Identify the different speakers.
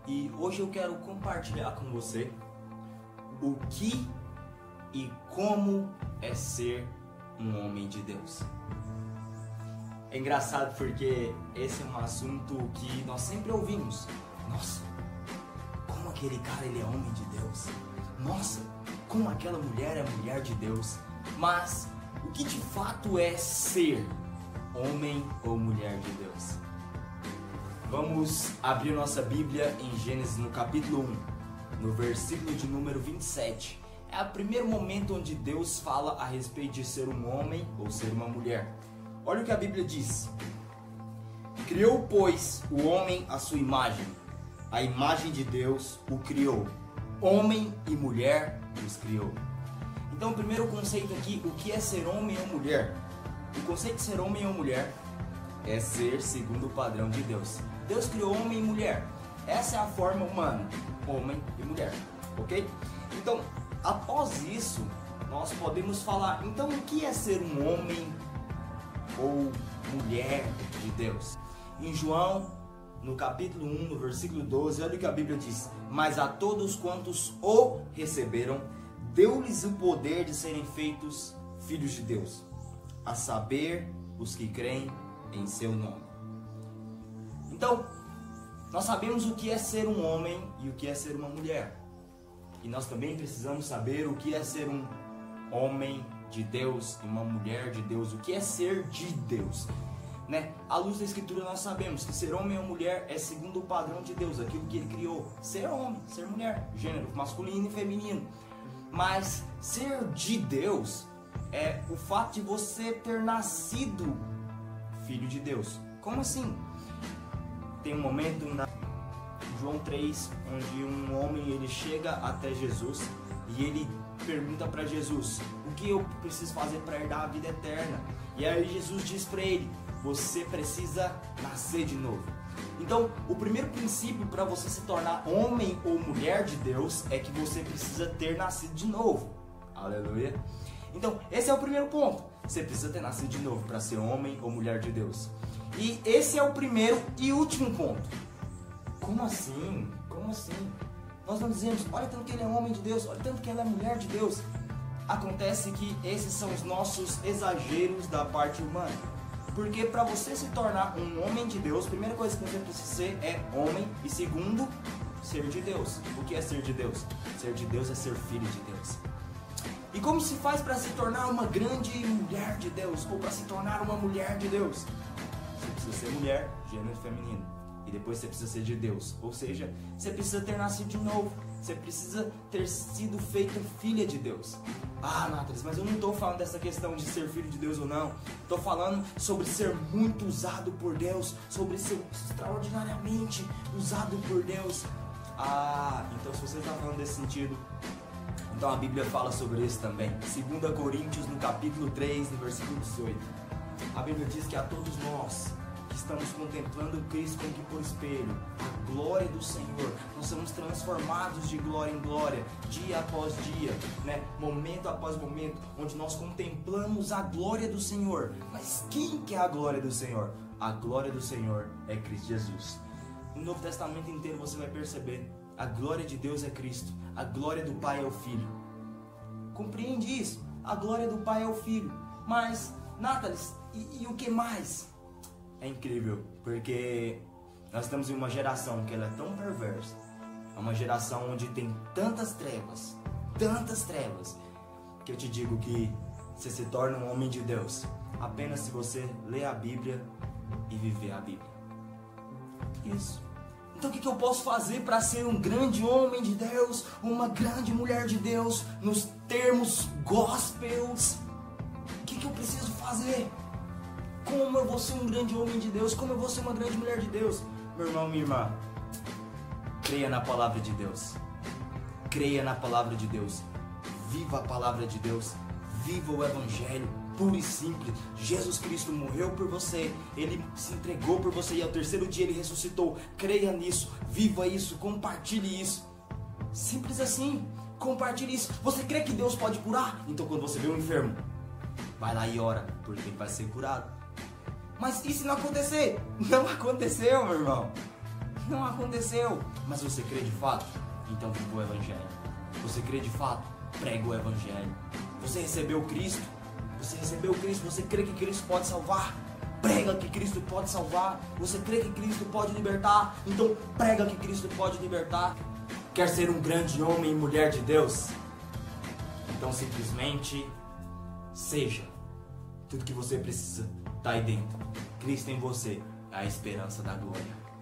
Speaker 1: E hoje eu quero compartilhar com você o que e como é ser um homem de Deus. É engraçado porque esse é um assunto que nós sempre ouvimos. Nossa, como aquele cara ele é homem de Deus. Nossa, como aquela mulher é mulher de Deus. Mas o que de fato é ser homem ou mulher de Deus? Vamos abrir nossa Bíblia em Gênesis no capítulo 1, no versículo de número 27. É o primeiro momento onde Deus fala a respeito de ser um homem ou ser uma mulher. Olha o que a Bíblia diz. Criou, pois, o homem à sua imagem. A imagem de Deus o criou. Homem e mulher os criou. Então, o primeiro conceito aqui, o que é ser homem ou mulher? O conceito de ser homem ou mulher é ser segundo o padrão de Deus. Deus criou homem e mulher. Essa é a forma humana, homem e mulher, ok? Então, após isso, nós podemos falar, então o que é ser um homem ou mulher de Deus? Em João, no capítulo 1, no versículo 12, olha o que a Bíblia diz. Mas a todos quantos o receberam, deu-lhes o poder de serem feitos filhos de Deus, a saber, os que creem em seu nome. Então, nós sabemos o que é ser um homem e o que é ser uma mulher. E nós também precisamos saber o que é ser um homem de Deus e uma mulher de Deus. O que é ser de Deus, né? À luz da Escritura nós sabemos que ser homem ou mulher é segundo o padrão de Deus, aquilo que Ele criou. Ser homem, ser mulher, gênero masculino e feminino. Mas ser de Deus é o fato de você ter nascido filho de Deus. Como assim? Tem um momento na João 3, onde um homem ele chega até Jesus e ele pergunta para Jesus: o que eu preciso fazer para herdar a vida eterna? E aí Jesus diz para ele: você precisa nascer de novo. Então, o primeiro princípio para você se tornar homem ou mulher de Deus é que você precisa ter nascido de novo. Aleluia. Então, esse é o primeiro ponto. Você precisa ter nascido de novo para ser homem ou mulher de Deus. E esse é o primeiro e último ponto. Como assim? Como assim? Nós não dizemos, olha tanto que ele é homem de Deus, olha tanto que ela é mulher de Deus. Acontece que esses são os nossos exageros da parte humana. Porque para você se tornar um homem de Deus, a primeira coisa que você precisa ser é homem. E segundo, ser de Deus. O que é ser de Deus? Ser de Deus é ser filho de Deus. E como se faz para se tornar uma grande mulher de Deus? Ou para se tornar uma mulher de Deus? Você precisa ser mulher, gênero feminino. E depois você precisa ser de Deus. Ou seja, você precisa ter nascido de novo. Você precisa ter sido feita filha de Deus. Ah, Nathalie, mas eu não estou falando dessa questão de ser filho de Deus ou não. Estou falando sobre ser muito usado por Deus. Sobre ser extraordinariamente usado por Deus. Ah, então se você está falando desse sentido, então a Bíblia fala sobre isso também. 2 Coríntios, no capítulo 3, no versículo 18. A Bíblia diz que a todos nós que estamos contemplando Cristo como que por espelho, a glória do Senhor, nós somos transformados de glória em glória, dia após dia, né? Momento após momento, onde nós contemplamos a glória do Senhor. Mas quem que é a glória do Senhor? A glória do Senhor é Cristo Jesus. No Novo Testamento inteiro você vai perceber, a glória de Deus é Cristo, a glória do Pai é o Filho. Compreende isso? A glória do Pai é o Filho. Mas, Nathalie, e o que mais? É incrível, porque nós estamos em uma geração que ela é tão perversa. É uma geração onde tem tantas trevas, que eu te digo que você se torna um homem de Deus apenas se você ler a Bíblia e viver a Bíblia. Isso. Então o que eu posso fazer para ser um grande homem de Deus, uma grande mulher de Deus, nos termos gospels? O que eu preciso fazer? Como eu vou ser um grande homem de Deus? Como eu vou ser uma grande mulher de Deus? Meu irmão, minha irmã, creia na palavra de Deus. Creia na palavra de Deus. Viva a palavra de Deus. Viva o Evangelho, puro e simples. Jesus Cristo morreu por você. Ele se entregou por você e ao terceiro dia Ele ressuscitou. Creia nisso, viva isso, compartilhe isso. Simples assim, compartilhe isso. Você crê que Deus pode curar? Então quando você vê um enfermo, vai lá e ora, porque ele vai ser curado. Mas e se não acontecer? Não aconteceu, meu irmão. Não aconteceu. Mas você crê de fato? Então viva o Evangelho. Você crê de fato? Prega o Evangelho. Você recebeu Cristo? Você recebeu Cristo? Você crê que Cristo pode salvar? Prega que Cristo pode salvar. Você crê que Cristo pode libertar? Então prega que Cristo pode libertar. Quer ser um grande homem e mulher de Deus? Então simplesmente seja. Tudo que você precisa está aí dentro. Cristo em você é a esperança da glória.